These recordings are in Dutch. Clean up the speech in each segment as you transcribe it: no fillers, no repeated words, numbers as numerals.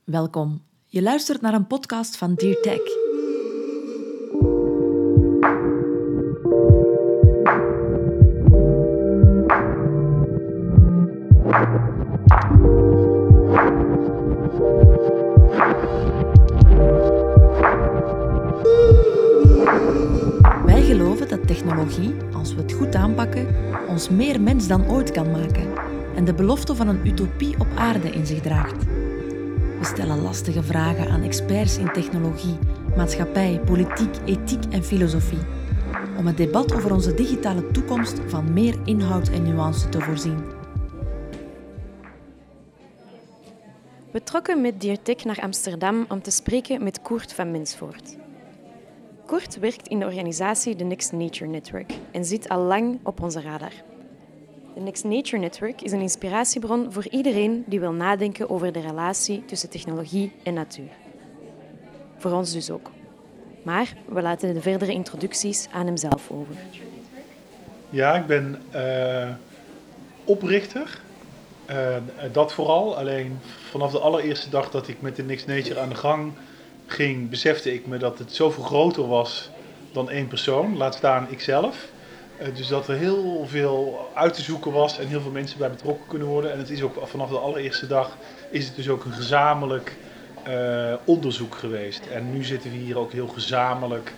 Welkom. Je luistert naar een podcast van Dear Tech. Wij geloven dat technologie, als we het goed aanpakken, ons meer mens dan ooit kan maken en de belofte van een utopie op aarde in zich draagt. We stellen lastige vragen aan experts in technologie, maatschappij, politiek, ethiek en filosofie, om het debat over onze digitale toekomst van meer inhoud en nuance te voorzien. We trokken met Dear Tech naar Amsterdam om te spreken met Koert van Mensvoort. Koert werkt in de organisatie The Next Nature Network en zit al lang op onze radar. The Next Nature Network is een inspiratiebron voor iedereen die wil nadenken over de relatie tussen technologie en natuur. Voor ons dus ook. Maar we laten de verdere introducties aan hemzelf over. Ja, ik ben oprichter. Dat vooral. Alleen vanaf de allereerste dag dat ik met de Next Nature aan de gang ging, besefte ik me dat het zoveel groter was dan één persoon. Laat staan ikzelf. Dus dat er heel veel uit te zoeken was en heel veel mensen bij betrokken kunnen worden. En het is ook vanaf de allereerste dag is het dus ook een gezamenlijk onderzoek geweest. En nu zitten we hier ook heel gezamenlijk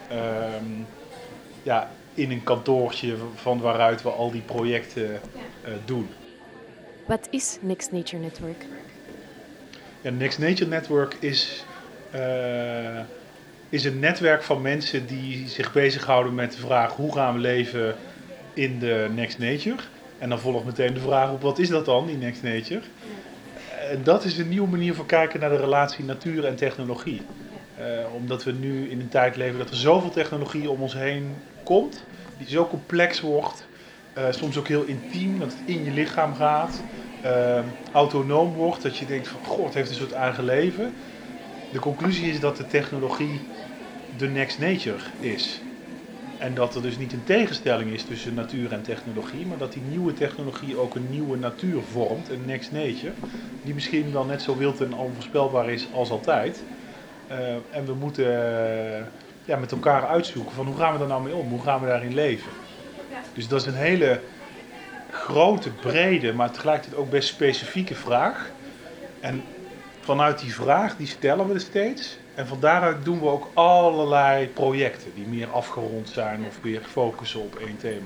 in een kantoortje van waaruit we al die projecten doen. Wat is Next Nature Network? Ja, Next Nature Network is een netwerk van mensen die zich bezighouden met de vraag hoe gaan we leven in de Next Nature. En dan volgt meteen de vraag op wat is dat dan, die Next Nature? En dat is een nieuwe manier van kijken naar de relatie natuur en technologie. Omdat we nu in een tijd leven dat er zoveel technologie om ons heen komt, die zo complex wordt, soms ook heel intiem, dat het in je lichaam gaat, autonoom wordt, dat je denkt van goh, het heeft een soort eigen leven. De conclusie is dat de technologie de next nature is. En dat er dus niet een tegenstelling is tussen natuur en technologie, maar dat die nieuwe technologie ook een nieuwe natuur vormt, een next nature, die misschien wel net zo wild en onvoorspelbaar is als altijd. En we moeten met elkaar uitzoeken van hoe gaan we daar nou mee om, hoe gaan we daarin leven. Dus dat is een hele grote, brede, maar tegelijkertijd ook best specifieke vraag. En vanuit die vraag, die stellen we steeds. En van daaruit doen we ook allerlei projecten die meer afgerond zijn of weer focussen op één thema.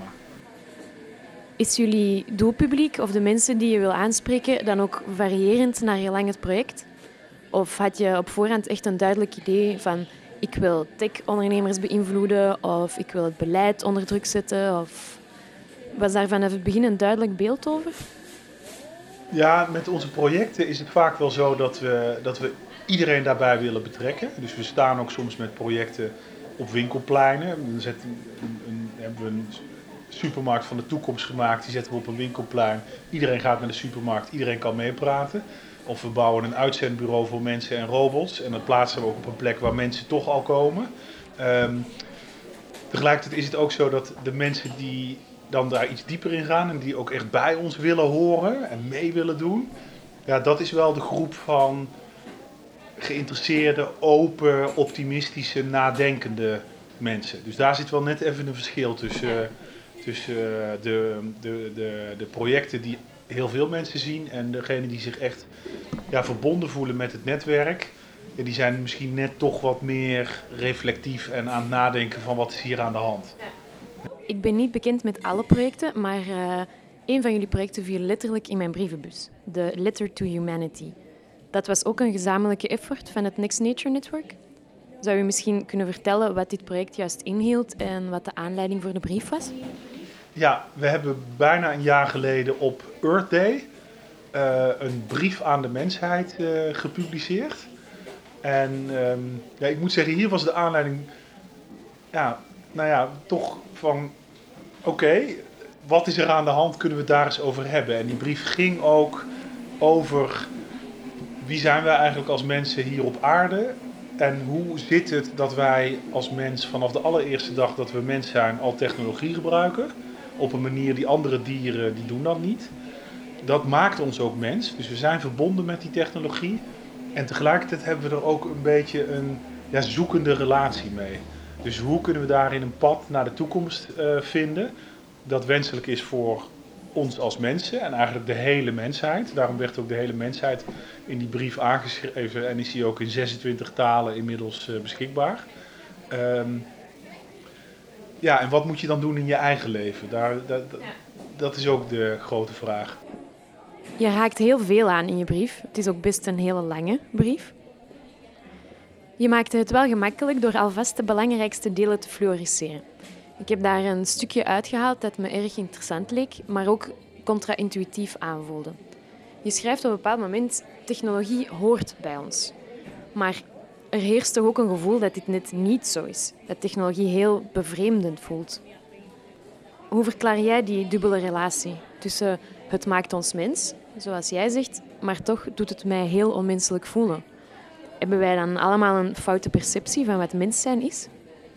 Is jullie doelpubliek of de mensen die je wil aanspreken dan ook variërend naar gelang het project? Of had je op voorhand echt een duidelijk idee van ik wil tech-ondernemers beïnvloeden of ik wil het beleid onder druk zetten? Of was daar vanaf het begin een duidelijk beeld over? Ja, met onze projecten is het vaak wel zo dat we iedereen daarbij willen betrekken. Dus we staan ook soms met projecten op winkelpleinen. Dan hebben we een supermarkt van de toekomst gemaakt, die zetten we op een winkelplein. Iedereen gaat naar de supermarkt, iedereen kan meepraten. Of we bouwen een uitzendbureau voor mensen en robots. En dat plaatsen we ook op een plek waar mensen toch al komen. Tegelijkertijd is het ook zo dat de mensen die dan daar iets dieper in gaan en die ook echt bij ons willen horen en mee willen doen. Ja, dat is wel de groep van geïnteresseerde, open, optimistische, nadenkende mensen. Dus daar zit wel net even een verschil tussen de projecten die heel veel mensen zien en degenen die zich echt verbonden voelen met het netwerk. Ja, die zijn misschien net toch wat meer reflectief en aan het nadenken van wat is hier aan de hand. Ik ben niet bekend met alle projecten, maar een van jullie projecten viel letterlijk in mijn brievenbus. De Letter to Humanity. Dat was ook een gezamenlijke effort van het Next Nature Network. Zou u misschien kunnen vertellen wat dit project juist inhield en wat de aanleiding voor de brief was? Ja, we hebben bijna een jaar geleden op Earth Day een brief aan de mensheid gepubliceerd. En ik moet zeggen, hier was de aanleiding toch van oké, wat is er aan de hand, kunnen we het daar eens over hebben. En die brief ging ook over wie zijn wij eigenlijk als mensen hier op aarde. En hoe zit het dat wij als mens vanaf de allereerste dag dat we mens zijn al technologie gebruiken. Op een manier die andere dieren, die doen dat niet. Dat maakt ons ook mens. Dus we zijn verbonden met die technologie. En tegelijkertijd hebben we er ook een beetje een zoekende relatie mee. Dus hoe kunnen we daarin een pad naar de toekomst vinden dat wenselijk is voor ons als mensen en eigenlijk de hele mensheid. Daarom werd ook de hele mensheid in die brief aangeschreven en is die ook in 26 talen inmiddels beschikbaar. En wat moet je dan doen in je eigen leven? Dat is ook de grote vraag. Je raakt heel veel aan in je brief. Het is ook best een hele lange brief. Je maakte het wel gemakkelijk door alvast de belangrijkste delen te fluoriseren. Ik heb daar een stukje uitgehaald dat me erg interessant leek, maar ook contra-intuïtief aanvoelde. Je schrijft op een bepaald moment: technologie hoort bij ons. Maar er heerst toch ook een gevoel dat dit net niet zo is. Dat technologie heel bevreemdend voelt. Hoe verklaar jij die dubbele relatie tussen het maakt ons mens, zoals jij zegt, maar toch doet het mij heel onmenselijk voelen? Hebben wij dan allemaal een foute perceptie van wat mens zijn is?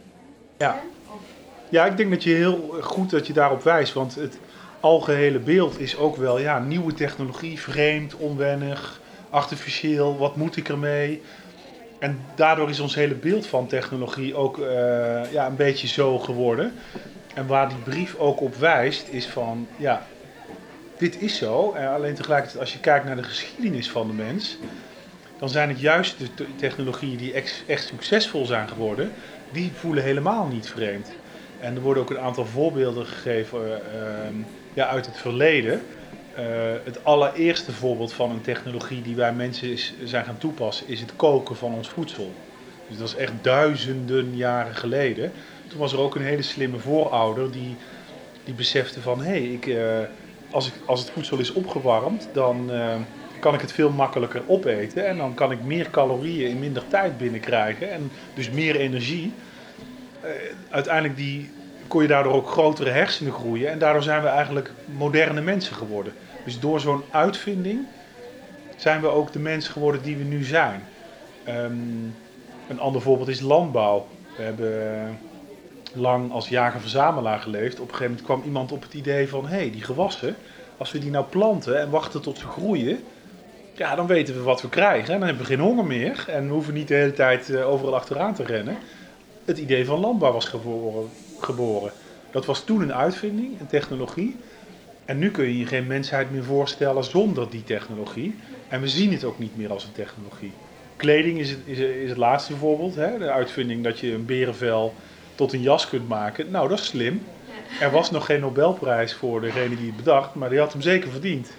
Ja, ik denk dat je heel goed dat je daarop wijst, want het algehele beeld is ook wel nieuwe technologie, vreemd, onwennig, artificieel, wat moet ik ermee? En daardoor is ons hele beeld van technologie ook een beetje zo geworden. En waar die brief ook op wijst is van, dit is zo. En alleen tegelijkertijd, als je kijkt naar de geschiedenis van de mens, dan zijn het juist de technologieën die echt succesvol zijn geworden, die voelen helemaal niet vreemd. En er worden ook een aantal voorbeelden gegeven uit het verleden. Het allereerste voorbeeld van een technologie die wij mensen zijn gaan toepassen is het koken van ons voedsel. Dus dat is echt duizenden jaren geleden. Toen was er ook een hele slimme voorouder die besefte van als het voedsel is opgewarmd, dan kan ik het veel makkelijker opeten en dan kan ik meer calorieën in minder tijd binnenkrijgen en dus meer energie. Uiteindelijk kon je daardoor ook grotere hersenen groeien en daardoor zijn we eigenlijk moderne mensen geworden. Dus door zo'n uitvinding zijn we ook de mensen geworden die we nu zijn. Een ander voorbeeld is landbouw. We hebben lang als jager-verzamelaar geleefd. Op een gegeven moment kwam iemand op het idee van die gewassen, als we die nou planten en wachten tot ze groeien, dan weten we wat we krijgen. En dan hebben we geen honger meer en we hoeven niet de hele tijd overal achteraan te rennen. Het idee van landbouw was geboren. Dat was toen een uitvinding, een technologie. En nu kun je je geen mensheid meer voorstellen zonder die technologie. En we zien het ook niet meer als een technologie. Kleding is het laatste voorbeeld. Hè? De uitvinding dat je een berenvel tot een jas kunt maken. Nou, dat is slim. Er was nog geen Nobelprijs voor degene die het bedacht, maar die had hem zeker verdiend.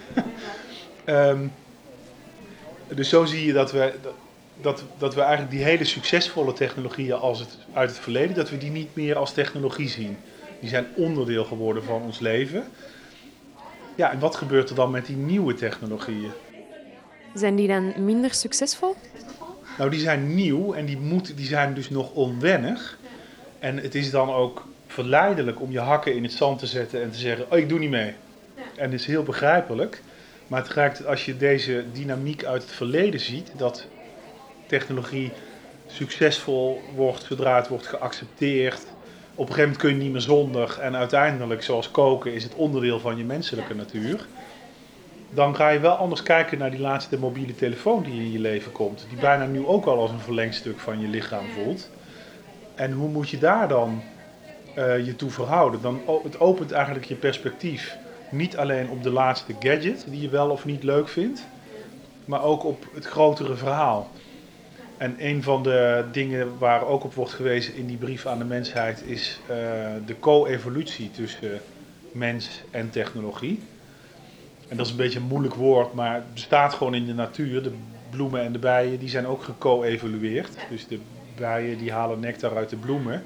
Dus zo zie je dat we eigenlijk die hele succesvolle technologieën uit het verleden, dat we die niet meer als technologie zien. Die zijn onderdeel geworden van ons leven. Ja, en wat gebeurt er dan met die nieuwe technologieën? Zijn die dan minder succesvol? Nou, die zijn nieuw en die zijn dus nog onwennig. En het is dan ook verleidelijk om je hakken in het zand te zetten en te zeggen, ik doe niet mee. En dat is heel begrijpelijk. Maar tegelijkertijd, als je deze dynamiek uit het verleden ziet, dat technologie succesvol wordt zodra het wordt geaccepteerd. Op een gegeven moment kun je niet meer zonder en uiteindelijk, zoals koken, is het onderdeel van je menselijke natuur. Dan ga je wel anders kijken naar die laatste mobiele telefoon die in je leven komt. Die bijna nu ook al als een verlengstuk van je lichaam voelt. En hoe moet je daar dan je toe verhouden? Het opent eigenlijk je perspectief. Niet alleen op de laatste gadget die je wel of niet leuk vindt, maar ook op het grotere verhaal. En een van de dingen waar ook op wordt gewezen in die brief aan de mensheid is de co-evolutie tussen mens en technologie. En dat is een beetje een moeilijk woord, maar het bestaat gewoon in de natuur. De bloemen en de bijen die zijn ook geco-evolueerd. Dus de bijen die halen nectar uit de bloemen.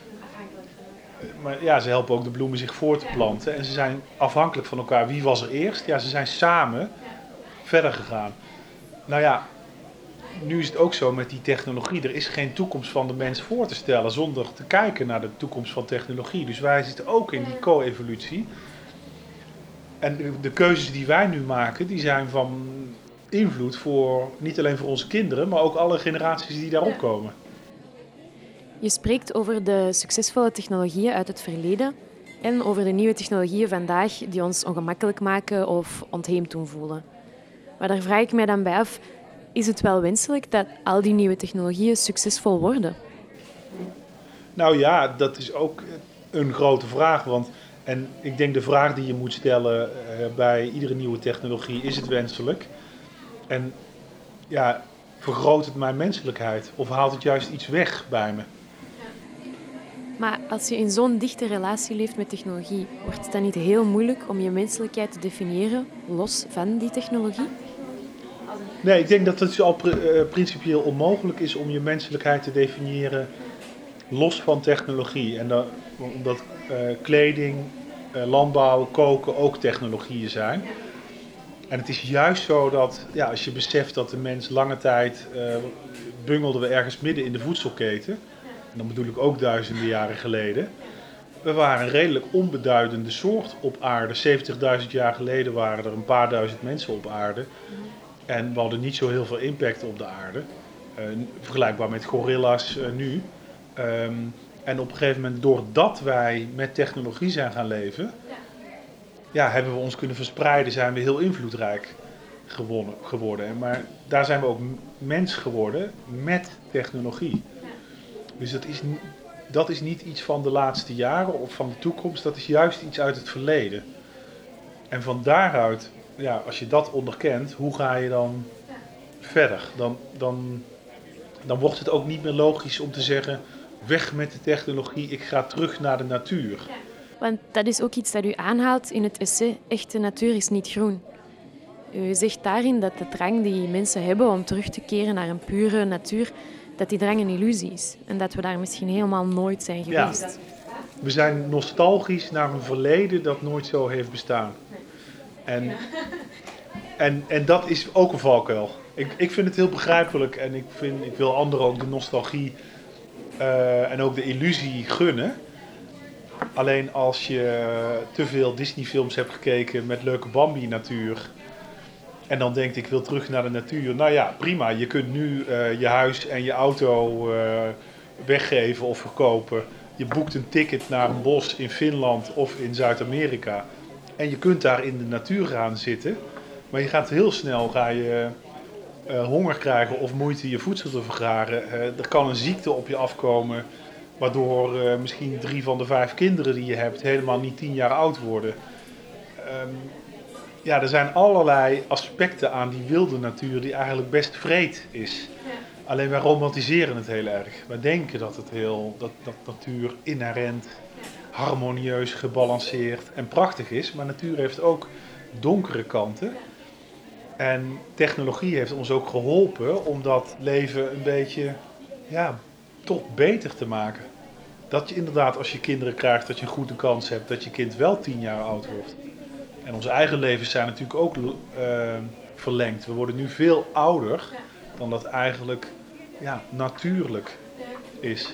Maar ze helpen ook de bloemen zich voor te planten. En ze zijn afhankelijk van elkaar. Wie was er eerst? Ja, ze zijn samen verder gegaan. Nou ja, nu is het ook zo met die technologie. Er is geen toekomst van de mens voor te stellen zonder te kijken naar de toekomst van technologie. Dus wij zitten ook in die co-evolutie. En de keuzes die wij nu maken, die zijn van invloed niet alleen voor onze kinderen, maar ook alle generaties die daarop komen. Je spreekt over de succesvolle technologieën uit het verleden en over de nieuwe technologieën vandaag die ons ongemakkelijk maken of ontheemd doen voelen. Maar daar vraag ik mij dan bij af, is het wel wenselijk dat al die nieuwe technologieën succesvol worden? Nou ja, dat is ook een grote vraag. En ik denk de vraag die je moet stellen bij iedere nieuwe technologie, is het wenselijk? En ja, vergroot het mijn menselijkheid? Of haalt het juist iets weg bij me? Maar als je in zo'n dichte relatie leeft met technologie, wordt het dan niet heel moeilijk om je menselijkheid te definiëren los van die technologie? Nee, ik denk dat het al principieel onmogelijk is om je menselijkheid te definiëren los van technologie. En omdat kleding, landbouw, koken ook technologieën zijn. En het is juist zo dat als je beseft dat de mens lange tijd bungelden we ergens midden in de voedselketen. En dan bedoel ik ook duizenden jaren geleden. We waren een redelijk onbeduidende soort op aarde. 70.000 jaar geleden waren er een paar duizend mensen op aarde. En we hadden niet zo heel veel impact op de aarde. Vergelijkbaar met gorilla's nu. En op een gegeven moment, doordat wij met technologie zijn gaan leven, hebben we ons kunnen verspreiden, zijn we heel invloedrijk geworden. Maar daar zijn we ook mens geworden met technologie. Dus dat is niet iets van de laatste jaren of van de toekomst, dat is juist iets uit het verleden. En van daaruit, als je dat onderkent, hoe ga je dan verder? Dan wordt het ook niet meer logisch om te zeggen, weg met de technologie, ik ga terug naar de natuur. Want dat is ook iets dat u aanhaalt in het essay, echte natuur is niet groen. U zegt daarin dat de drang die mensen hebben om terug te keren naar een pure natuur, dat die drang een illusie is. En dat we daar misschien helemaal nooit zijn geweest. Ja. We zijn nostalgisch naar een verleden dat nooit zo heeft bestaan. En dat is ook een valkuil. Ik vind het heel begrijpelijk en ik wil anderen ook de nostalgie en ook de illusie gunnen. Alleen als je te veel Disney-films hebt gekeken met leuke Bambi-natuur en dan denkt ik wil terug naar de natuur. Nou ja, prima. Je kunt nu je huis en je auto weggeven of verkopen. Je boekt een ticket naar een bos in Finland of in Zuid-Amerika. En je kunt daar in de natuur gaan zitten. Maar je gaat heel snel honger krijgen of moeite je voedsel te vergaren. Er kan een ziekte op je afkomen, waardoor misschien 3 van de 5 kinderen die je hebt helemaal niet 10 jaar oud worden. Er zijn allerlei aspecten aan die wilde natuur die eigenlijk best vreed is. Ja. Alleen wij romantiseren het heel erg. Wij denken dat dat natuur inherent, harmonieus, gebalanceerd en prachtig is. Maar natuur heeft ook donkere kanten. En technologie heeft ons ook geholpen om dat leven een beetje toch beter te maken. Dat je inderdaad, als je kinderen krijgt, dat je een goede kans hebt dat je kind wel 10 jaar oud wordt. En onze eigen levens zijn natuurlijk ook verlengd. We worden nu veel ouder dan dat eigenlijk natuurlijk is.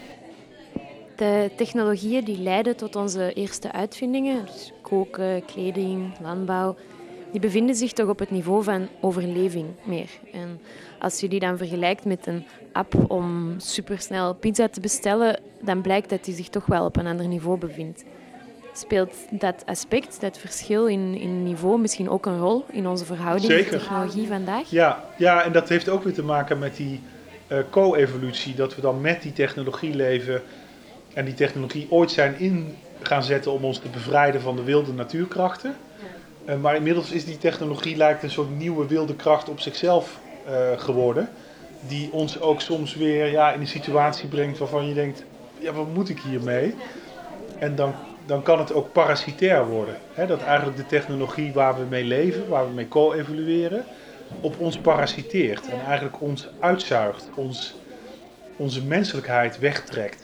De technologieën die leiden tot onze eerste uitvindingen, dus koken, kleding, landbouw, die bevinden zich toch op het niveau van overleving meer. En als je die dan vergelijkt met een app om supersnel pizza te bestellen, dan blijkt dat die zich toch wel op een ander niveau bevindt. Speelt dat aspect, dat verschil in niveau, misschien ook een rol in onze verhouding met technologie vandaag? Ja, en dat heeft ook weer te maken met die co-evolutie. Dat we dan met die technologie leven en die technologie ooit zijn in gaan zetten om ons te bevrijden van de wilde natuurkrachten. Maar inmiddels is die technologie lijkt een soort nieuwe wilde kracht op zichzelf geworden. Die ons ook soms weer in een situatie brengt waarvan je denkt, wat moet ik hiermee? En dan kan het ook parasitair worden. Dat eigenlijk de technologie waar we mee leven, waar we mee co-evolueren, op ons parasiteert. En eigenlijk ons uitzuigt, onze menselijkheid wegtrekt.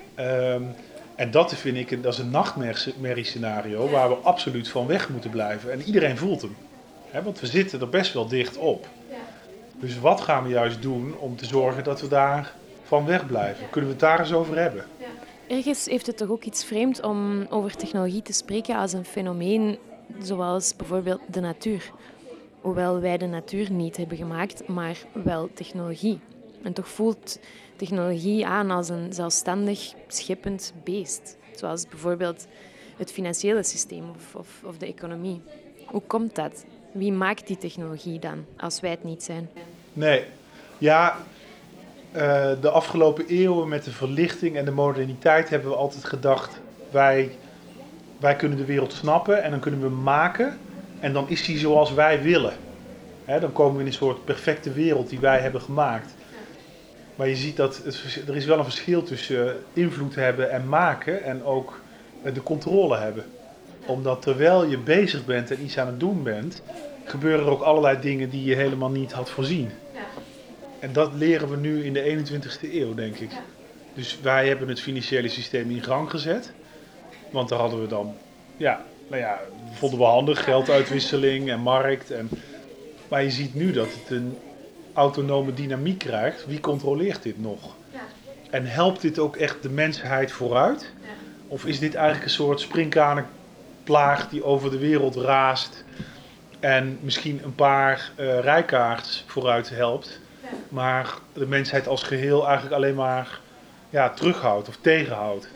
En dat vind ik, dat is een nachtmerriescenario waar we absoluut van weg moeten blijven. En iedereen voelt hem. Want we zitten er best wel dicht op. Dus wat gaan we juist doen om te zorgen dat we daar van weg blijven? Kunnen we het daar eens over hebben? Ergens heeft het toch ook iets vreemd om over technologie te spreken als een fenomeen zoals bijvoorbeeld de natuur. Hoewel wij de natuur niet hebben gemaakt, maar wel technologie. En toch voelt technologie aan als een zelfstandig, scheppend beest. Zoals bijvoorbeeld het financiële systeem of de economie. Hoe komt dat? Wie maakt die technologie dan, als wij het niet zijn? Nee. Ja, de afgelopen eeuwen met de verlichting en de moderniteit hebben we altijd gedacht, wij kunnen de wereld snappen en dan kunnen we hem maken en dan is die zoals wij willen. Dan komen we in een soort perfecte wereld die wij hebben gemaakt. Maar je ziet dat er is wel een verschil tussen invloed hebben en maken en ook de controle hebben. Omdat terwijl je bezig bent en iets aan het doen bent, gebeuren er ook allerlei dingen die je helemaal niet had voorzien. En dat leren we nu in de 21ste eeuw, denk ik. Dus wij hebben het financiële systeem in gang gezet. Want daar hadden we dan, vonden we handig, gelduitwisseling en markt. Maar je ziet nu dat het een autonome dynamiek krijgt. Wie controleert dit nog? En helpt dit ook echt de mensheid vooruit? Of is dit eigenlijk een soort sprinkhanenplaag die over de wereld raast en misschien een paar rijkaards vooruit helpt, maar de mensheid als geheel eigenlijk alleen maar terughoudt of tegenhoudt?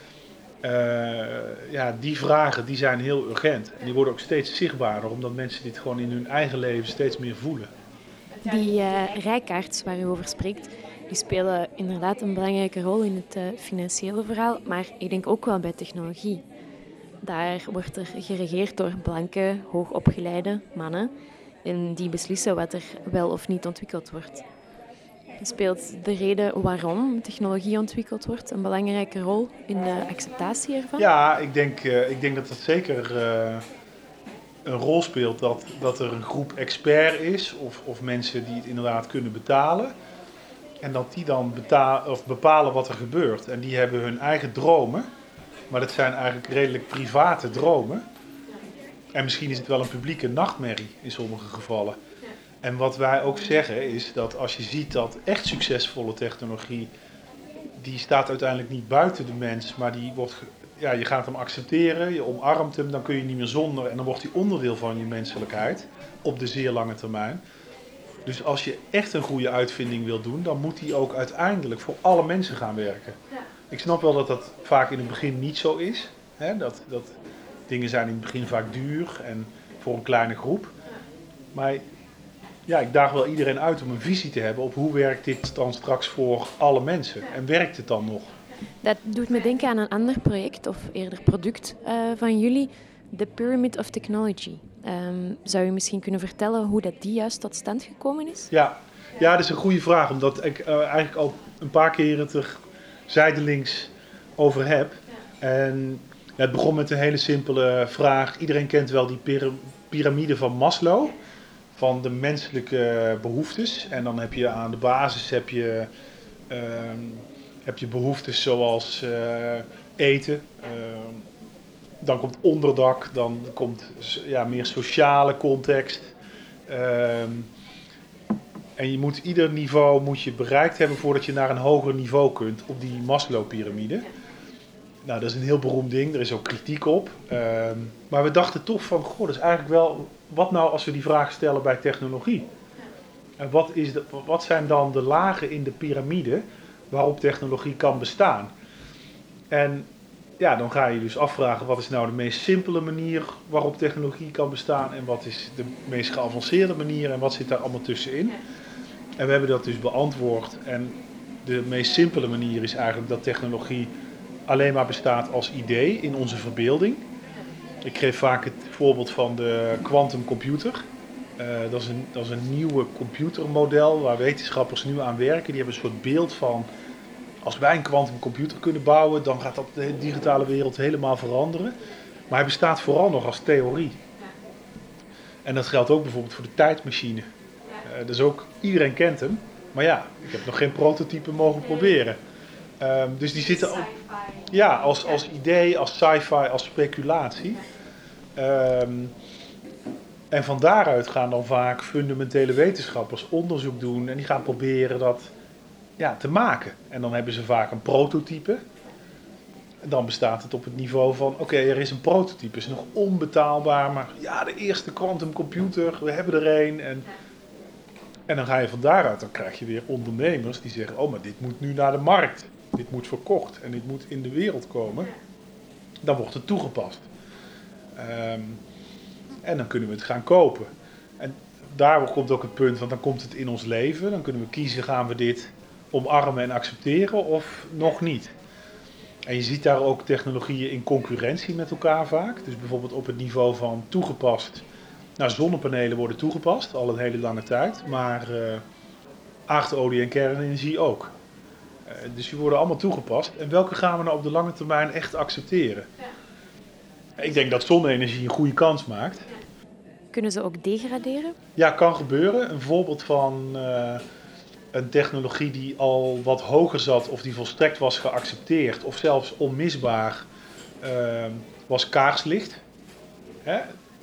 Die vragen die zijn heel urgent. En die worden ook steeds zichtbaarder, omdat mensen dit gewoon in hun eigen leven steeds meer voelen. Die rijkaards waar u over spreekt, die spelen inderdaad een belangrijke rol in het financiële verhaal, maar ik denk ook wel bij technologie. Daar wordt er geregeerd door blanke, hoogopgeleide mannen en die beslissen wat er wel of niet ontwikkeld wordt. Speelt de reden waarom technologie ontwikkeld wordt een belangrijke rol in de acceptatie ervan? Ja, ik denk dat dat zeker een rol speelt dat er een groep expert is of mensen die het inderdaad kunnen betalen. En dat die dan bepalen wat er gebeurt. En die hebben hun eigen dromen, maar dat zijn eigenlijk redelijk private dromen. En misschien is het wel een publieke nachtmerrie in sommige gevallen. En wat wij ook zeggen is dat als je ziet dat echt succesvolle technologie, die staat uiteindelijk niet buiten de mens, maar je gaat hem accepteren, je omarmt hem, dan kun je niet meer zonder en dan wordt hij onderdeel van je menselijkheid op de zeer lange termijn. Dus als je echt een goede uitvinding wil doen, dan moet die ook uiteindelijk voor alle mensen gaan werken. Ik snap wel dat dat vaak in het begin niet zo is. Dat dingen zijn in het begin vaak duur en voor een kleine groep. Maar ik daag wel iedereen uit om een visie te hebben op hoe werkt dit dan straks voor alle mensen. En werkt het dan nog? Dat doet me denken aan een ander project, of eerder product van jullie, The Pyramid of Technology. Zou u misschien kunnen vertellen hoe die juist tot stand gekomen is? Ja, dat is een goede vraag, omdat ik eigenlijk al een paar keer het er zijdelings over heb. En het begon met een hele simpele vraag. Iedereen kent wel die piramide van Maslow, van de menselijke behoeftes. En dan heb je aan de basis heb je behoeftes zoals eten. Dan komt onderdak, dan komt meer sociale context. En ieder niveau moet je bereikt hebben voordat je naar een hoger niveau kunt op die Maslow-pyramide. Nou, dat is een heel beroemd ding, er is ook kritiek op. Maar we dachten toch van, dat is eigenlijk wel, wat nou als we die vraag stellen bij technologie? En wat zijn dan de lagen in de piramide waarop technologie kan bestaan? En dan ga je dus afvragen, wat is nou de meest simpele manier waarop technologie kan bestaan en wat is de meest geavanceerde manier en wat zit daar allemaal tussenin? En we hebben dat dus beantwoord en de meest simpele manier is eigenlijk dat technologie alleen maar bestaat als idee in onze verbeelding. Ik geef vaak het voorbeeld van de quantumcomputer. Dat is een nieuwe computermodel waar wetenschappers nu aan werken. Die hebben een soort beeld van, als wij een quantumcomputer kunnen bouwen, dan gaat dat de digitale wereld helemaal veranderen. Maar hij bestaat vooral nog als theorie. En dat geldt ook bijvoorbeeld voor de tijdmachine. Dus ook, iedereen kent hem, maar ik heb nog geen prototype mogen proberen. Dus die zitten ook als idee, als sci-fi, als speculatie. En van daaruit gaan dan vaak fundamentele wetenschappers onderzoek doen en die gaan proberen dat te maken. En dan hebben ze vaak een prototype. En dan bestaat het op het niveau van, er is een prototype, is nog onbetaalbaar, maar de eerste quantumcomputer, we hebben er een. En dan ga je van daaruit, dan krijg je weer ondernemers die zeggen, maar dit moet nu naar de markt. Dit moet verkocht en dit moet in de wereld komen. Dan wordt het toegepast. En dan kunnen we het gaan kopen. En daar komt ook het punt, want dan komt het in ons leven. Dan kunnen we kiezen, gaan we dit omarmen en accepteren of nog niet. En je ziet daar ook technologieën in concurrentie met elkaar vaak. Dus bijvoorbeeld op het niveau van toegepast. Nou, zonnepanelen worden toegepast, al een hele lange tijd. Maar aardolie en kernenergie ook. Dus die worden allemaal toegepast. En welke gaan we nou op de lange termijn echt accepteren? Ja. Ik denk dat zonne-energie een goede kans maakt. Kunnen ze ook degraderen? Ja, kan gebeuren. Een voorbeeld van een technologie die al wat hoger zat of die volstrekt was geaccepteerd of zelfs onmisbaar was kaarslicht. Hè?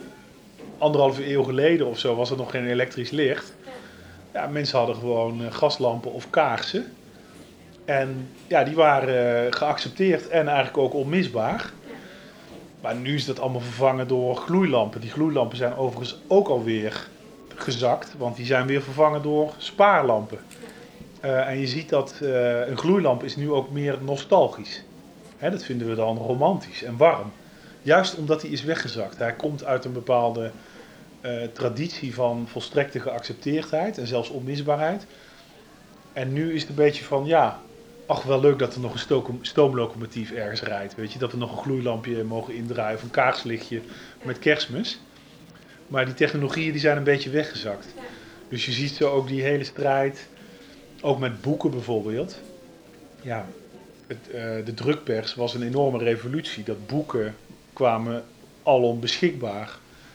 1,5 eeuw geleden of zo was er nog geen elektrisch licht. Ja, mensen hadden gewoon gaslampen of kaarsen. En ja, die waren geaccepteerd en eigenlijk ook onmisbaar. Maar nu is dat allemaal vervangen door gloeilampen. Die gloeilampen zijn overigens ook alweer gezakt, want die zijn weer vervangen door spaarlampen. En je ziet dat een gloeilamp is nu ook meer nostalgisch. Hè, dat vinden we dan romantisch en warm. Juist omdat hij is weggezakt. Hij komt uit een bepaalde traditie van volstrekte geaccepteerdheid en zelfs onmisbaarheid. En nu is het een beetje van, ja, ach, wel leuk dat er nog een stoomlocomotief ergens rijdt. Weet je, dat we nog een gloeilampje mogen indraaien of een kaarslichtje met Kerstmis. Maar die technologieën die zijn een beetje weggezakt. Dus je ziet zo ook die hele strijd, ook met boeken bijvoorbeeld. Ja, de drukpers was een enorme revolutie. Dat boeken kwamen alom beschikbaar.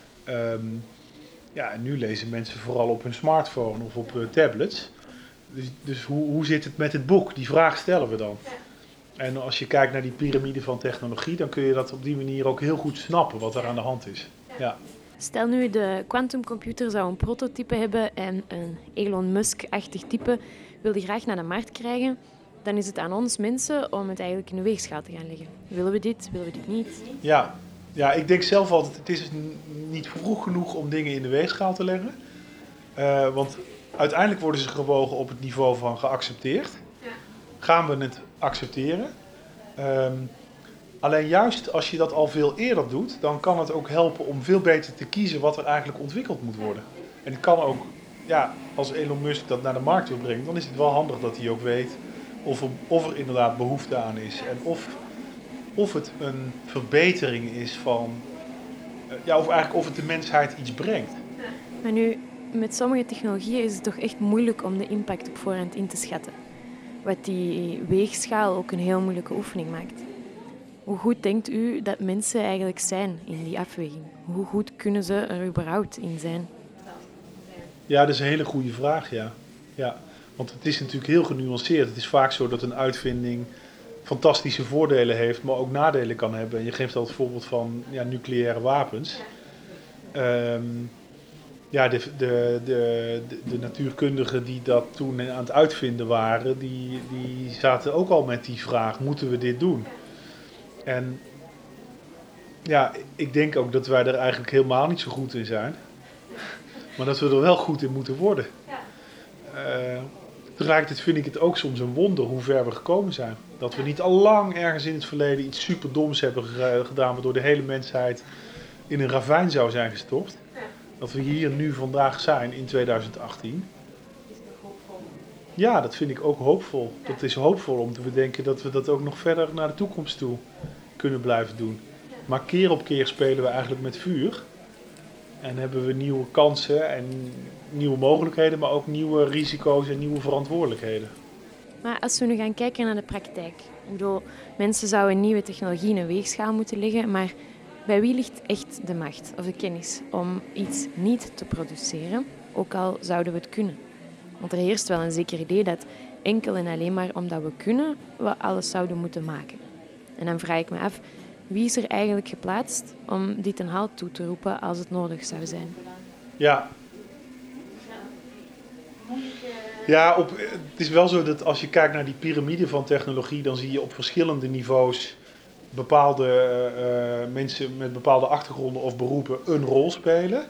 Ja, en nu lezen mensen vooral op hun smartphone of op tablets. Dus hoe zit het met het boek? Die vraag stellen we dan. En als je kijkt naar die piramide van technologie, dan kun je dat op die manier ook heel goed snappen wat er aan de hand is. Ja. Stel nu, de quantumcomputer zou een prototype hebben en een Elon Musk-achtig type wil die graag naar de markt krijgen, dan is het aan ons mensen om het eigenlijk in de weegschaal te gaan leggen. Willen we dit niet? Ja, ik denk zelf altijd, het is niet vroeg genoeg om dingen in de weegschaal te leggen. Want uiteindelijk worden ze gewogen op het niveau van geaccepteerd. Ja. Gaan we het accepteren? Alleen juist als je dat al veel eerder doet, dan kan het ook helpen om veel beter te kiezen wat er eigenlijk ontwikkeld moet worden. En het kan ook, ja, als Elon Musk dat naar de markt wil brengen, dan is het wel handig dat hij ook weet of er inderdaad behoefte aan is. En of het een verbetering is van, of het de mensheid iets brengt. Maar nu, met sommige technologieën is het toch echt moeilijk om de impact op voorhand in te schatten. Wat die weegschaal ook een heel moeilijke oefening maakt. Hoe goed denkt u dat mensen eigenlijk zijn in die afweging? Hoe goed kunnen ze er überhaupt in zijn? Ja, dat is een hele goede vraag, ja. Want het is natuurlijk heel genuanceerd. Het is vaak zo dat een uitvinding fantastische voordelen heeft, maar ook nadelen kan hebben. En je geeft al het voorbeeld van nucleaire wapens. De natuurkundigen die dat toen aan het uitvinden waren, die zaten ook al met die vraag, moeten we dit doen? En ja, ik denk ook dat wij er eigenlijk helemaal niet zo goed in zijn. Maar dat we er wel goed in moeten worden. Tegelijkertijd vind ik het ook soms een wonder hoe ver we gekomen zijn. Dat we niet al lang ergens in het verleden iets superdoms hebben gedaan, waardoor de hele mensheid in een ravijn zou zijn gestopt. Dat we hier nu vandaag zijn in 2018. Is nog hoopvol? Ja, dat vind ik ook hoopvol. Ja. Dat is hoopvol om te bedenken dat we dat ook nog verder naar de toekomst toe kunnen blijven doen. Ja. Maar keer op keer spelen we eigenlijk met vuur. En hebben we nieuwe kansen en nieuwe mogelijkheden, maar ook nieuwe risico's en nieuwe verantwoordelijkheden. Maar als we nu gaan kijken naar de praktijk. Ik bedoel, mensen zouden nieuwe technologie in een weegschaal moeten leggen, maar bij wie ligt echt de macht of de kennis om iets niet te produceren, ook al zouden we het kunnen? Want er heerst wel een zeker idee dat enkel en alleen maar omdat we kunnen, we alles zouden moeten maken. En dan vraag ik me af, wie is er eigenlijk geplaatst om dit een halt toe te roepen als het nodig zou zijn? Ja, het is wel zo dat als je kijkt naar die piramide van technologie, dan zie je op verschillende niveaus bepaalde mensen met bepaalde achtergronden of beroepen een rol spelen.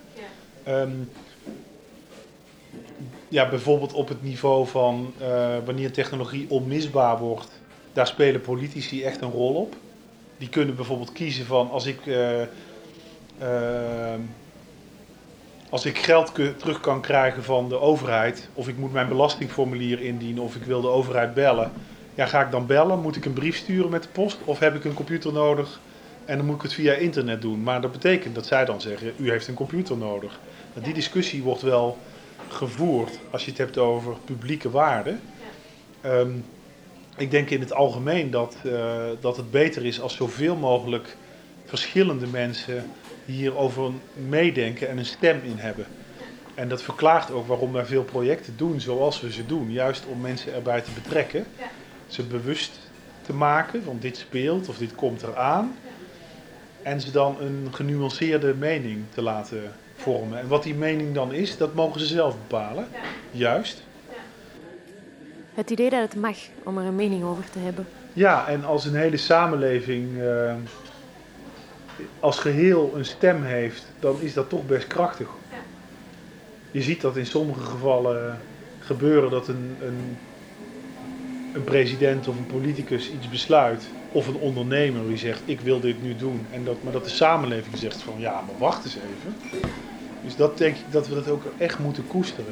Bijvoorbeeld op het niveau van wanneer technologie onmisbaar wordt, daar spelen politici echt een rol op. Die kunnen bijvoorbeeld kiezen van als als ik geld terug kan krijgen van de overheid, of ik moet mijn belastingformulier indienen, of ik wil de overheid bellen. Ja, ga ik dan bellen? Moet ik een brief sturen met de post? Of heb ik een computer nodig en dan moet ik het via internet doen? Maar dat betekent dat zij dan zeggen, u heeft een computer nodig. Die discussie wordt wel gevoerd als je het hebt over publieke waarden. Ik denk in het algemeen dat het beter is als zoveel mogelijk verschillende mensen hierover meedenken en een stem in hebben. En dat verklaart ook waarom wij veel projecten doen zoals we ze doen. Juist om mensen erbij te betrekken, ze bewust te maken van dit speelt of dit komt eraan. En ze dan een genuanceerde mening te laten vormen. En wat die mening dan is, dat mogen ze zelf bepalen. Juist. Het idee dat het mag om er een mening over te hebben. Ja, en als een hele samenleving als geheel een stem heeft, dan is dat toch best krachtig. Je ziet dat in sommige gevallen gebeuren dat een president of een politicus iets besluit. Of een ondernemer die zegt, ik wil dit nu doen. Maar dat de samenleving zegt van, ja, maar wacht eens even. Dus dat denk ik dat we dat ook echt moeten koesteren.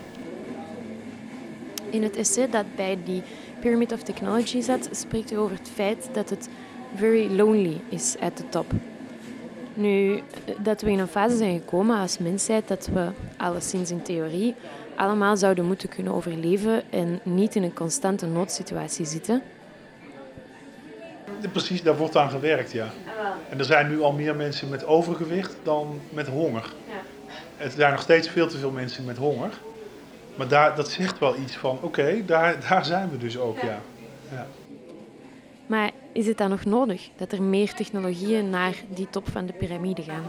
In het essay dat bij die Pyramid of Technology zat, spreekt u over het feit dat het very lonely is at the top. Nu, dat we in een fase zijn gekomen als mensheid dat we, alleszins in theorie, allemaal zouden moeten kunnen overleven en niet in een constante noodsituatie zitten. Precies, daar wordt aan gewerkt, ja. En er zijn nu al meer mensen met overgewicht dan met honger. Er zijn nog steeds veel te veel mensen met honger. Maar dat zegt wel iets van, oké, daar zijn we dus ook, ja. Maar is het dan nog nodig dat er meer technologieën naar die top van de piramide gaan?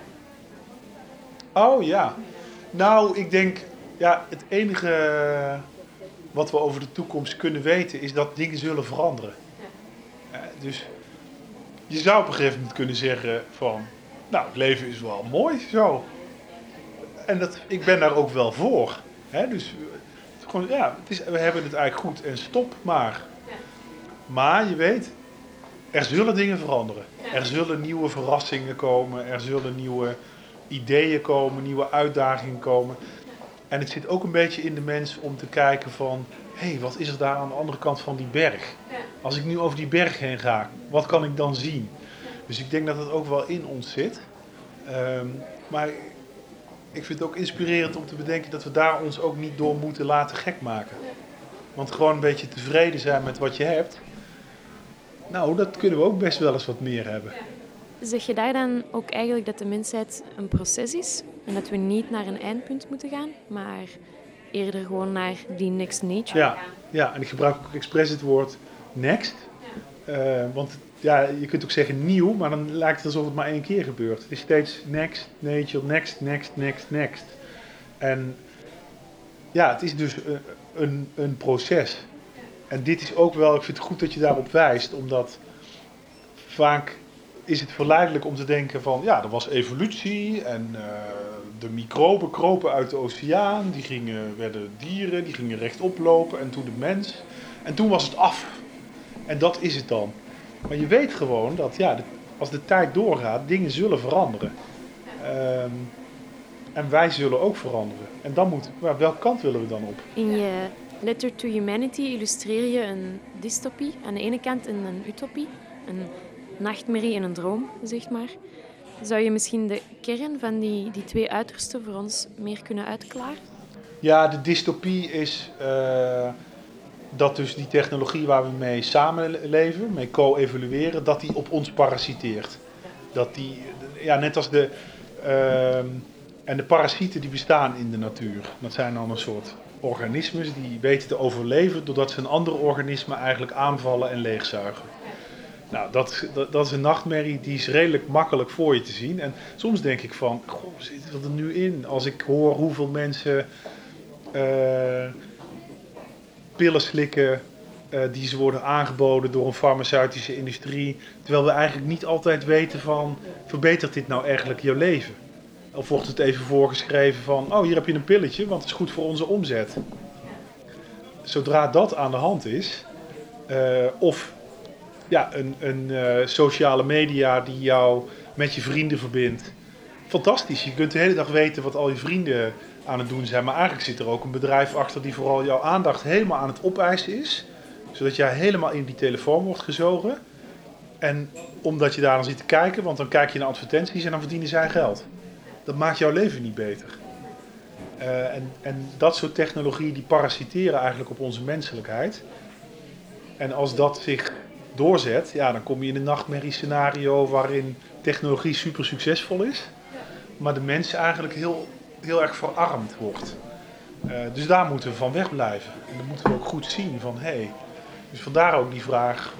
Oh ja. Nou, ik denk, ja, het enige wat we over de toekomst kunnen weten is dat dingen zullen veranderen. Dus je zou op een gegeven moment kunnen zeggen van, nou, het leven is wel mooi zo. En ik ben daar ook wel voor. Dus gewoon, ja, we hebben het eigenlijk goed en stop maar. Maar je weet, er zullen dingen veranderen. Er zullen nieuwe verrassingen komen, er zullen nieuwe ideeën komen, nieuwe uitdagingen komen. En het zit ook een beetje in de mens om te kijken van, hé, wat is er daar aan de andere kant van die berg? Als ik nu over die berg heen ga, wat kan ik dan zien? Dus ik denk dat het ook wel in ons zit. Maar ik vind het ook inspirerend om te bedenken dat we daar ons ook niet door moeten laten gek maken. Want gewoon een beetje tevreden zijn met wat je hebt, nou, dat kunnen we ook best wel eens wat meer hebben. Zeg je daar dan ook eigenlijk dat de mensheid een proces is en dat we niet naar een eindpunt moeten gaan, maar eerder gewoon naar die next nature? Ja, en ik gebruik ook expres het woord next. Want ja, je kunt ook zeggen nieuw, maar dan lijkt het alsof het maar één keer gebeurt. Het is steeds next, nature, next. En ja, het is dus een proces. En dit is ook wel, ik vind het goed dat je daarop wijst, omdat vaak is het verleidelijk om te denken van, ja, er was evolutie en de microben kropen uit de oceaan, werden dieren, die gingen rechtop lopen en toen de mens. En toen was het af. En dat is het dan. Maar je weet gewoon dat, ja, als de tijd doorgaat, dingen zullen veranderen. En wij zullen ook veranderen. En dan welke kant willen we dan op? In je Letter to Humanity illustreer je een dystopie aan de ene kant en een utopie. Een nachtmerrie en een droom, zeg maar. Zou je misschien de kern van die twee uitersten voor ons meer kunnen uitklaren? Ja, de dystopie is dat dus die technologie waar we mee samenleven, mee co-evolueren, dat die op ons parasiteert. Dat die, ja, net als en de parasieten die bestaan in de natuur. Dat zijn dan een soort organismes die weten te overleven doordat ze een ander organisme eigenlijk aanvallen en leegzuigen. Nou, dat is een nachtmerrie die is redelijk makkelijk voor je te zien. En soms denk ik van, goh, zit er nu in? Als ik hoor hoeveel mensen pillen slikken die ze worden aangeboden door een farmaceutische industrie. Terwijl we eigenlijk niet altijd weten van, verbetert dit nou eigenlijk je leven? Of wordt het even voorgeschreven van, oh, hier heb je een pilletje, want het is goed voor onze omzet. Zodra dat aan de hand is, of ja, een sociale media die jou met je vrienden verbindt, fantastisch. Je kunt de hele dag weten wat al je vrienden aan het doen zijn. Maar eigenlijk zit er ook een bedrijf achter die vooral jouw aandacht helemaal aan het opeisen is. Zodat jij helemaal in die telefoon wordt gezogen. En omdat je daar dan zit te kijken, want dan kijk je naar advertenties en dan verdienen zij geld. Dat maakt jouw leven niet beter. En dat soort technologieën die parasiteren eigenlijk op onze menselijkheid. En als dat zich doorzet, ja, dan kom je in een nachtmerriescenario waarin technologie super succesvol is. Maar de mens eigenlijk heel erg verarmd wordt. Dus daar moeten we van wegblijven. En dan moeten we ook goed zien van, hé. Dus vandaar ook die vraag,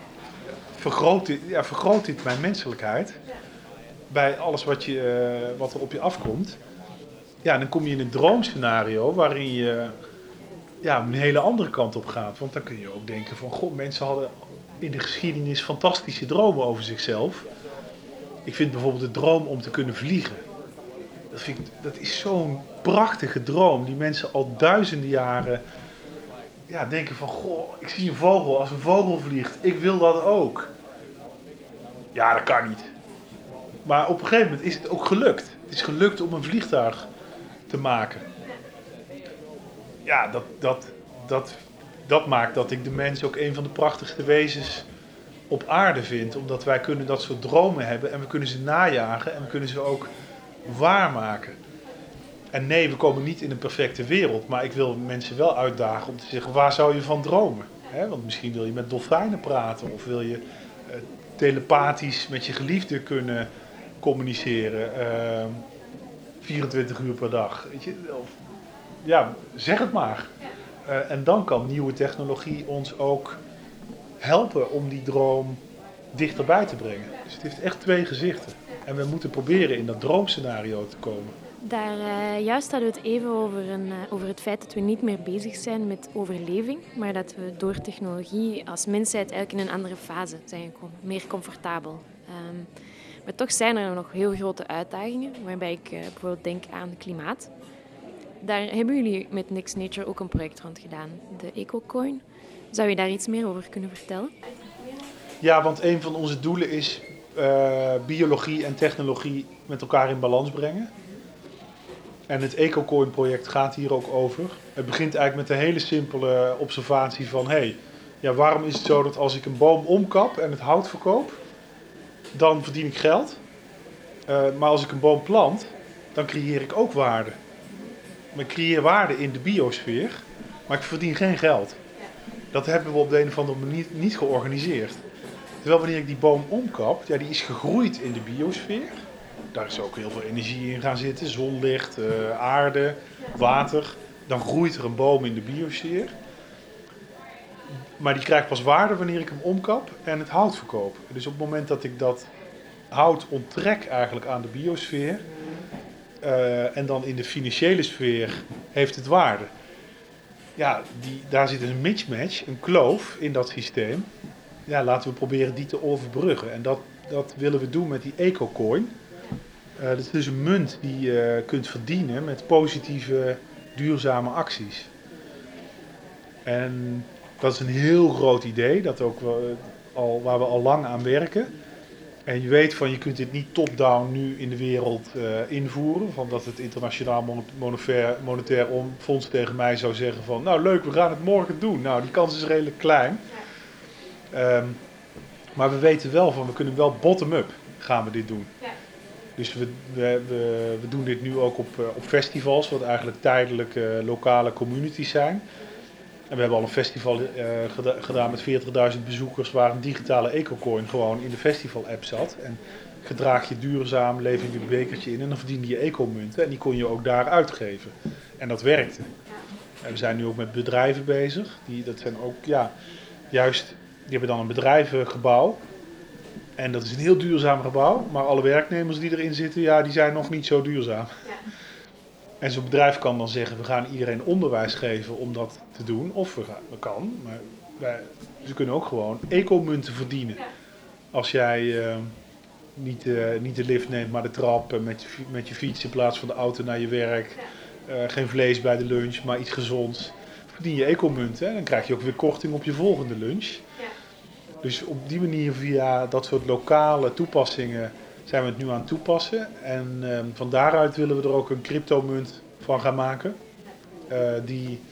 vergroot dit mijn menselijkheid? Bij alles wat er op je afkomt. Ja, dan kom je in een droomscenario waarin je een hele andere kant op gaat. Want dan kun je ook denken van, goh, mensen hadden in de geschiedenis fantastische dromen over zichzelf. Ik vind bijvoorbeeld de droom om te kunnen vliegen. Dat is zo'n prachtige droom die mensen al duizenden jaren denken van, goh, ik zie een vogel, als een vogel vliegt, ik wil dat ook. Ja, dat kan niet. Maar op een gegeven moment is het ook gelukt. Het is gelukt om een vliegtuig te maken. Ja, dat maakt dat ik de mens ook een van de prachtigste wezens op aarde vind. Omdat wij kunnen dat soort dromen hebben en we kunnen ze najagen en we kunnen ze ook waarmaken. En nee, we komen niet in een perfecte wereld, maar ik wil mensen wel uitdagen om te zeggen, waar zou je van dromen? Want misschien wil je met dolfijnen praten of wil je telepathisch met je geliefde kunnen communiceren 24 uur per dag. Weet je? Ja, zeg het maar. En dan kan nieuwe technologie ons ook helpen om die droom dichterbij te brengen. Dus het heeft echt twee gezichten. En we moeten proberen in dat droomscenario te komen. Daar juist hadden we het even over het feit dat we niet meer bezig zijn met overleving, maar dat we door technologie als mensheid eigenlijk in een andere fase zijn gekomen, meer comfortabel. Maar toch zijn er nog heel grote uitdagingen, waarbij ik bijvoorbeeld denk aan klimaat. Daar hebben jullie met Next Nature ook een project rond gedaan, de EcoCoin. Zou je daar iets meer over kunnen vertellen? Ja, want een van onze doelen is biologie en technologie met elkaar in balans brengen. En het EcoCoin-project gaat hier ook over. Het begint eigenlijk met een hele simpele observatie van, waarom is het zo dat als ik een boom omkap en het hout verkoop, dan verdien ik geld. Maar als ik een boom plant, dan creëer ik ook waarde. Maar ik creëer waarde in de biosfeer, maar ik verdien geen geld. Dat hebben we op de een of andere manier niet georganiseerd. Terwijl wanneer ik die boom omkap, die is gegroeid in de biosfeer. Daar is ook heel veel energie in gaan zitten, zonlicht, aarde, water. Dan groeit er een boom in de biosfeer. Maar die krijgt pas waarde wanneer ik hem omkap en het hout verkoop. Dus op het moment dat ik dat hout onttrek eigenlijk aan de biosfeer en dan in de financiële sfeer heeft het waarde. Ja, daar zit een mismatch, een kloof in dat systeem. Ja, laten we proberen die te overbruggen. En dat willen we doen met die EcoCoin. Dat is dus een munt die je kunt verdienen met positieve, duurzame acties. En dat is een heel groot idee, waar we al lang aan werken. En je weet van, je kunt dit niet top-down nu in de wereld invoeren. Van dat het Internationaal Monetair Fonds tegen mij zou zeggen van, nou leuk, we gaan het morgen doen. Nou, die kans is redelijk klein. Maar we weten wel van, we kunnen wel bottom-up gaan we dit doen. Ja. Dus we doen dit nu ook op festivals, wat eigenlijk tijdelijk lokale communities zijn. En we hebben al een festival gedaan met 40.000 bezoekers waar een digitale EcoCoin gewoon in de festival-app zat. En gedraag je duurzaam, lever je een bekertje in en dan verdien je ecomunten. En die kon je ook daar uitgeven. En dat werkte. En we zijn nu ook met bedrijven bezig. Dat zijn ook, die hebben dan een bedrijvengebouw. En dat is een heel duurzaam gebouw. Maar alle werknemers die erin zitten, die zijn nog niet zo duurzaam. Ja. En zo'n bedrijf kan dan zeggen, we gaan iedereen onderwijs geven om dat te doen. Of maar ze kunnen ook gewoon ecomunten verdienen. Ja. Als jij niet de lift neemt, maar de trap met je fiets in plaats van de auto naar je werk. Ja. Geen vlees bij de lunch, maar iets gezonds. Verdien je ecomunten en dan krijg je ook weer korting op je volgende lunch. Ja. Dus op die manier, via dat soort lokale toepassingen, zijn we het nu aan het toepassen. En van daaruit willen we er ook een cryptomunt van gaan maken. Die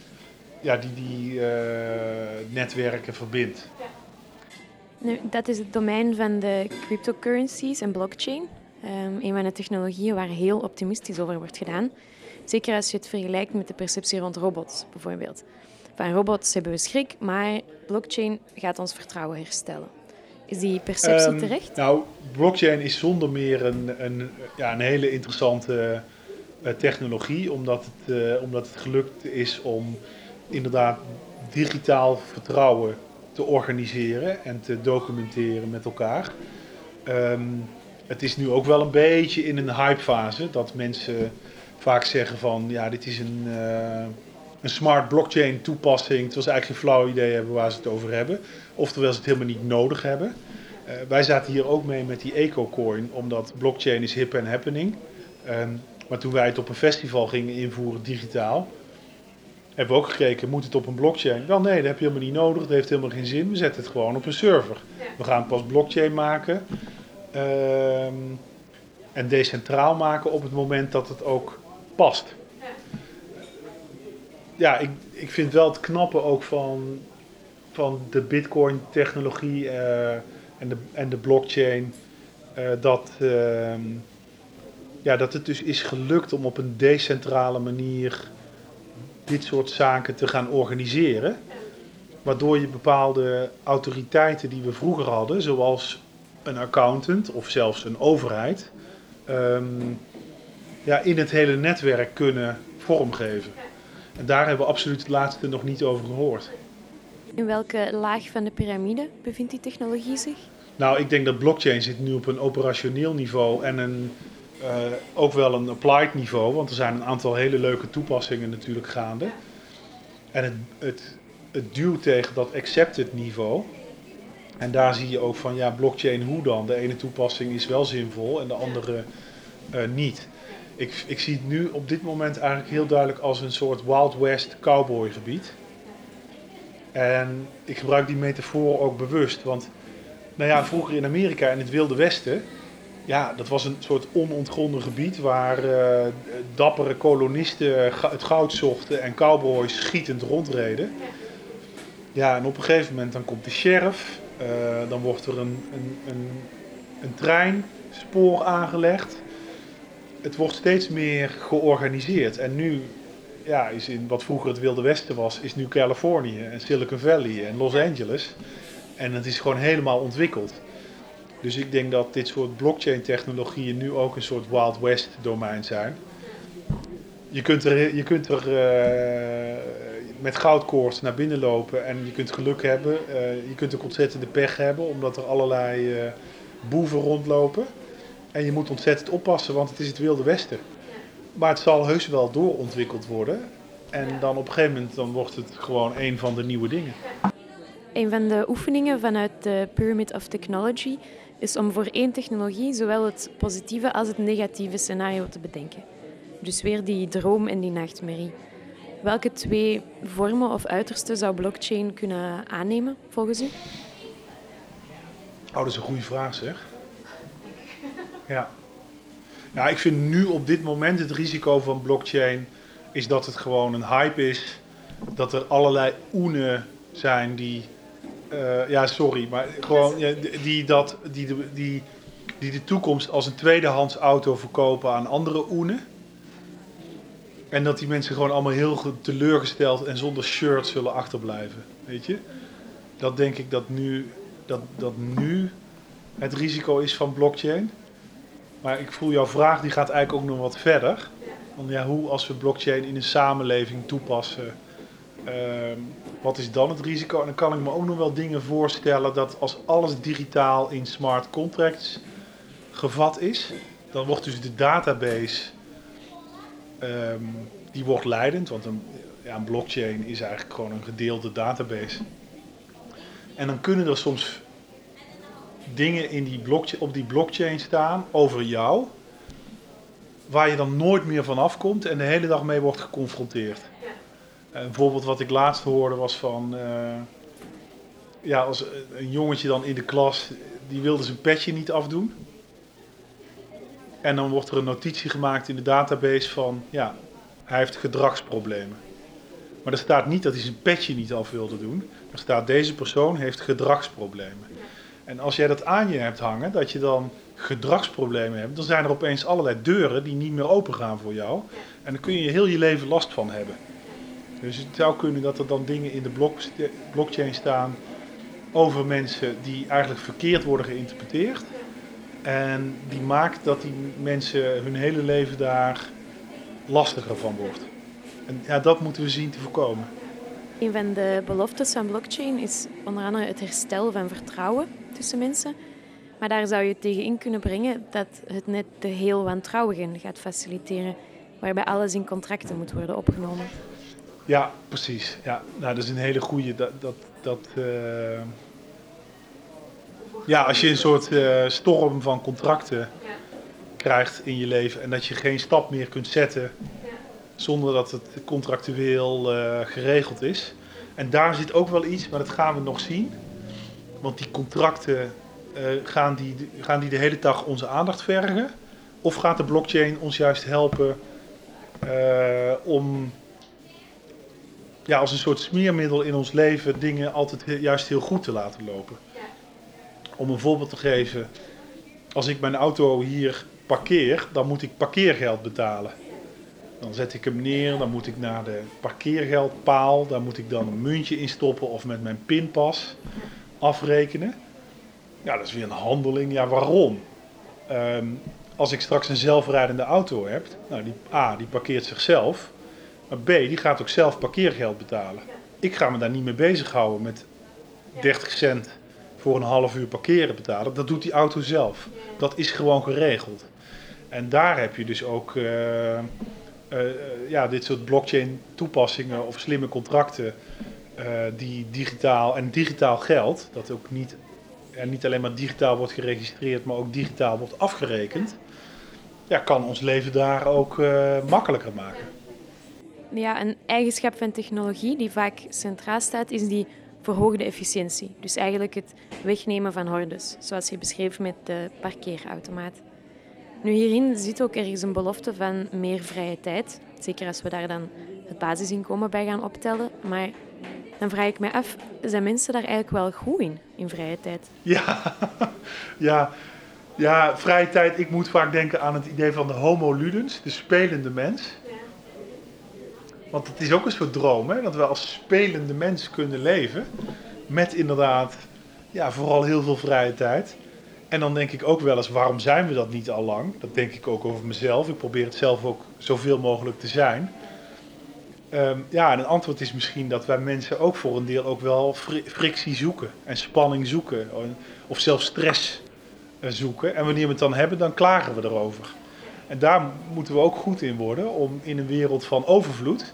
netwerken verbindt. Nu, dat is het domein van de cryptocurrencies en blockchain. Een van de technologieën waar heel optimistisch over wordt gedaan. Zeker als je het vergelijkt met de perceptie rond robots, bijvoorbeeld. Van robots hebben we schrik, maar blockchain gaat ons vertrouwen herstellen. Is die perceptie terecht? Nou, blockchain is zonder meer een hele interessante technologie, omdat het gelukt is om inderdaad digitaal vertrouwen te organiseren en te documenteren met elkaar. Het is nu ook wel een beetje in een hypefase dat mensen vaak zeggen van ja, dit is een smart blockchain toepassing, terwijl ze eigenlijk geen flauw idee hebben waar ze het over hebben. Oftewel ze het helemaal niet nodig hebben. Wij zaten hier ook mee met die EcoCoin, omdat blockchain is hip en happening. Maar toen wij het op een festival gingen invoeren digitaal, hebben we ook gekeken, moet het op een blockchain? Wel nee, dat heb je helemaal niet nodig, dat heeft helemaal geen zin. We zetten het gewoon op een server. We gaan pas blockchain maken en decentraal maken op het moment dat het ook past. Ja, ik vind wel het knappe ook van de Bitcoin technologie en de blockchain, dat het dus is gelukt om op een decentrale manier dit soort zaken te gaan organiseren. Waardoor je bepaalde autoriteiten die we vroeger hadden, zoals een accountant of zelfs een overheid, in het hele netwerk kunnen vormgeven. En daar hebben we absoluut het laatste nog niet over gehoord. In welke laag van de piramide bevindt die technologie zich? Nou, ik denk dat blockchain zit nu op een operationeel niveau en ook wel een applied niveau, want er zijn een aantal hele leuke toepassingen natuurlijk gaande. En het duwt tegen dat accepted niveau. En daar zie je ook van, ja, blockchain hoe dan? De ene toepassing is wel zinvol en de andere niet. Ik zie het nu op dit moment eigenlijk heel duidelijk als een soort Wild West cowboy gebied. En ik gebruik die metafoor ook bewust, want vroeger in Amerika in het Wilde Westen, ja, dat was een soort onontgonnen gebied waar dappere kolonisten het goud zochten en cowboys schietend rondreden. Ja, en op een gegeven moment dan komt de sheriff, dan wordt er een treinspoor aangelegd. Het wordt steeds meer georganiseerd en nu is in wat vroeger het Wilde Westen was, is nu Californië en Silicon Valley en Los Angeles. En het is gewoon helemaal ontwikkeld. Dus ik denk dat dit soort blockchain technologieën nu ook een soort Wild West domein zijn. Je kunt er met goudkoorts naar binnen lopen en je kunt geluk hebben. Je kunt ook ontzettende pech hebben omdat er allerlei boeven rondlopen. En je moet ontzettend oppassen, want het is het Wilde Westen. Maar het zal heus wel doorontwikkeld worden. En dan op een gegeven moment dan wordt het gewoon een van de nieuwe dingen. Een van de oefeningen vanuit de Pyramid of Technology is om voor één technologie zowel het positieve als het negatieve scenario te bedenken. Dus weer die droom en die nachtmerrie. Welke twee vormen of uitersten zou blockchain kunnen aannemen, volgens u? Oh, dat is een goede vraag, zeg. Ja. Nou, ik vind nu op dit moment het risico van blockchain is dat het gewoon een hype is. Dat er allerlei oenen zijn die... die de toekomst als een tweedehands auto verkopen aan andere oenen. En dat die mensen gewoon allemaal heel teleurgesteld en zonder shirt zullen achterblijven. Weet je? Dat denk ik dat nu het risico is van blockchain. Maar ik voel jouw vraag, die gaat eigenlijk ook nog wat verder. Want ja, hoe als we blockchain in een samenleving toepassen, wat is dan het risico? En dan kan ik me ook nog wel dingen voorstellen dat als alles digitaal in smart contracts gevat is, dan wordt dus de database, die wordt leidend, want een blockchain is eigenlijk gewoon een gedeelde database. En dan kunnen er soms dingen in op die blockchain staan over jou, waar je dan nooit meer van afkomt en de hele dag mee wordt geconfronteerd. Een voorbeeld wat ik laatst hoorde was van, als een jongetje dan in de klas, die wilde zijn petje niet afdoen. En dan wordt er een notitie gemaakt in de database van, ja, hij heeft gedragsproblemen. Maar er staat niet dat hij zijn petje niet af wilde doen. Er staat, deze persoon heeft gedragsproblemen. En als jij dat aan je hebt hangen, dat je dan gedragsproblemen hebt, dan zijn er opeens allerlei deuren die niet meer open gaan voor jou. En dan kun je heel je leven last van hebben. Dus het zou kunnen dat er dan dingen in de blockchain staan over mensen die eigenlijk verkeerd worden geïnterpreteerd. En die maakt dat die mensen hun hele leven daar lastiger van wordt. En ja, dat moeten we zien te voorkomen. Een van de beloftes van blockchain is onder andere het herstel van vertrouwen tussen mensen. Maar daar zou je tegen in kunnen brengen dat het net de heel wantrouwigen gaat faciliteren, waarbij alles in contracten moet worden opgenomen. Ja, precies. Ja, nou, dat is een hele goede. Ja, als je een soort storm van contracten krijgt in je leven en dat je geen stap meer kunt zetten zonder dat het contractueel geregeld is. En daar zit ook wel iets, maar dat gaan we nog zien. Want die contracten, gaan die de hele dag onze aandacht vergen? Of gaat de blockchain ons juist helpen om als een soort smeermiddel in ons leven dingen altijd juist heel goed te laten lopen? Om een voorbeeld te geven, als ik mijn auto hier parkeer, dan moet ik parkeergeld betalen. Dan zet ik hem neer, dan moet ik naar de parkeergeldpaal, daar moet ik dan een muntje in stoppen of met mijn pinpas afrekenen. Ja, dat is weer een handeling. Ja, waarom? Als ik straks een zelfrijdende auto heb, nou die parkeert zichzelf, maar B, die gaat ook zelf parkeergeld betalen. Ik ga me daar niet mee bezighouden met 30 cent voor een half uur parkeren betalen. Dat doet die auto zelf. Dat is gewoon geregeld. En daar heb je dus ook dit soort blockchain toepassingen of slimme contracten die digitaal geld, dat ook niet alleen maar digitaal wordt geregistreerd, maar ook digitaal wordt afgerekend, kan ons leven daar ook makkelijker maken. Ja, een eigenschap van technologie die vaak centraal staat, is die verhoogde efficiëntie. Dus eigenlijk het wegnemen van hordes, zoals je beschreef met de parkeerautomaat. Nu, hierin zit ook ergens een belofte van meer vrije tijd. Zeker als we daar dan het basisinkomen bij gaan optellen. Maar dan vraag ik me af, zijn mensen daar eigenlijk wel goed in vrije tijd? Ja, vrije tijd. Ik moet vaak denken aan het idee van de homo ludens, de spelende mens. Want het is ook een soort droom, hè? Dat we als spelende mens kunnen leven. Met inderdaad, vooral heel veel vrije tijd. En dan denk ik ook wel eens, waarom zijn we dat niet al lang? Dat denk ik ook over mezelf. Ik probeer het zelf ook zoveel mogelijk te zijn. En een antwoord is misschien dat wij mensen ook voor een deel ook wel frictie zoeken. En spanning zoeken. Of zelfs stress zoeken. En wanneer we het dan hebben, dan klagen we erover. En daar moeten we ook goed in worden. Om in een wereld van overvloed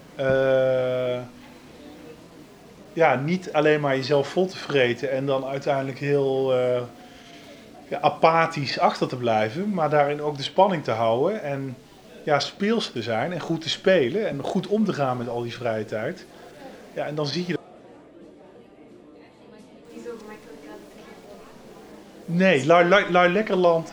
niet alleen maar jezelf vol te vreten. En dan uiteindelijk heel apathisch achter te blijven. Maar daarin ook de spanning te houden. En speels te zijn en goed te spelen en goed om te gaan met al die vrije tijd. Ja, en dan zie je dat. Nee, Lui Lekkerland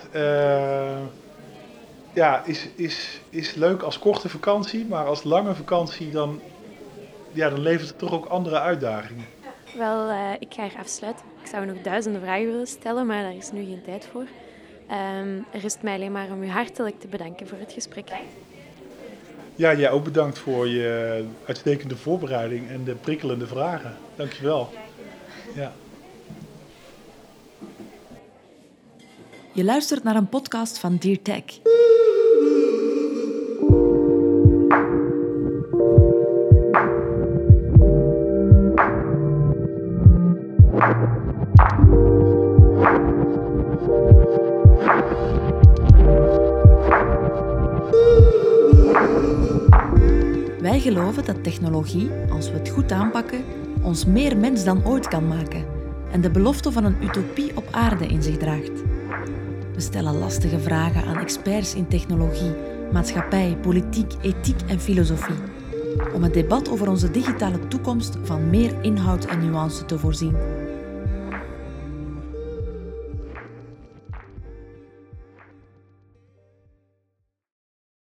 is leuk als korte vakantie, maar als lange vakantie dan levert het toch ook andere uitdagingen. Wel, ik ga hier afsluiten. Ik zou nog duizenden vragen willen stellen, maar daar is nu geen tijd voor. Er rest mij alleen maar om u hartelijk te bedanken voor het gesprek. Ja, jij ook bedankt voor je uitstekende voorbereiding en de prikkelende vragen. Dankjewel. Ja. Je luistert naar een podcast van Dear Tech. Wij geloven dat technologie, als we het goed aanpakken, ons meer mens dan ooit kan maken en de belofte van een utopie op aarde in zich draagt. We stellen lastige vragen aan experts in technologie, maatschappij, politiek, ethiek en filosofie, om het debat over onze digitale toekomst van meer inhoud en nuance te voorzien.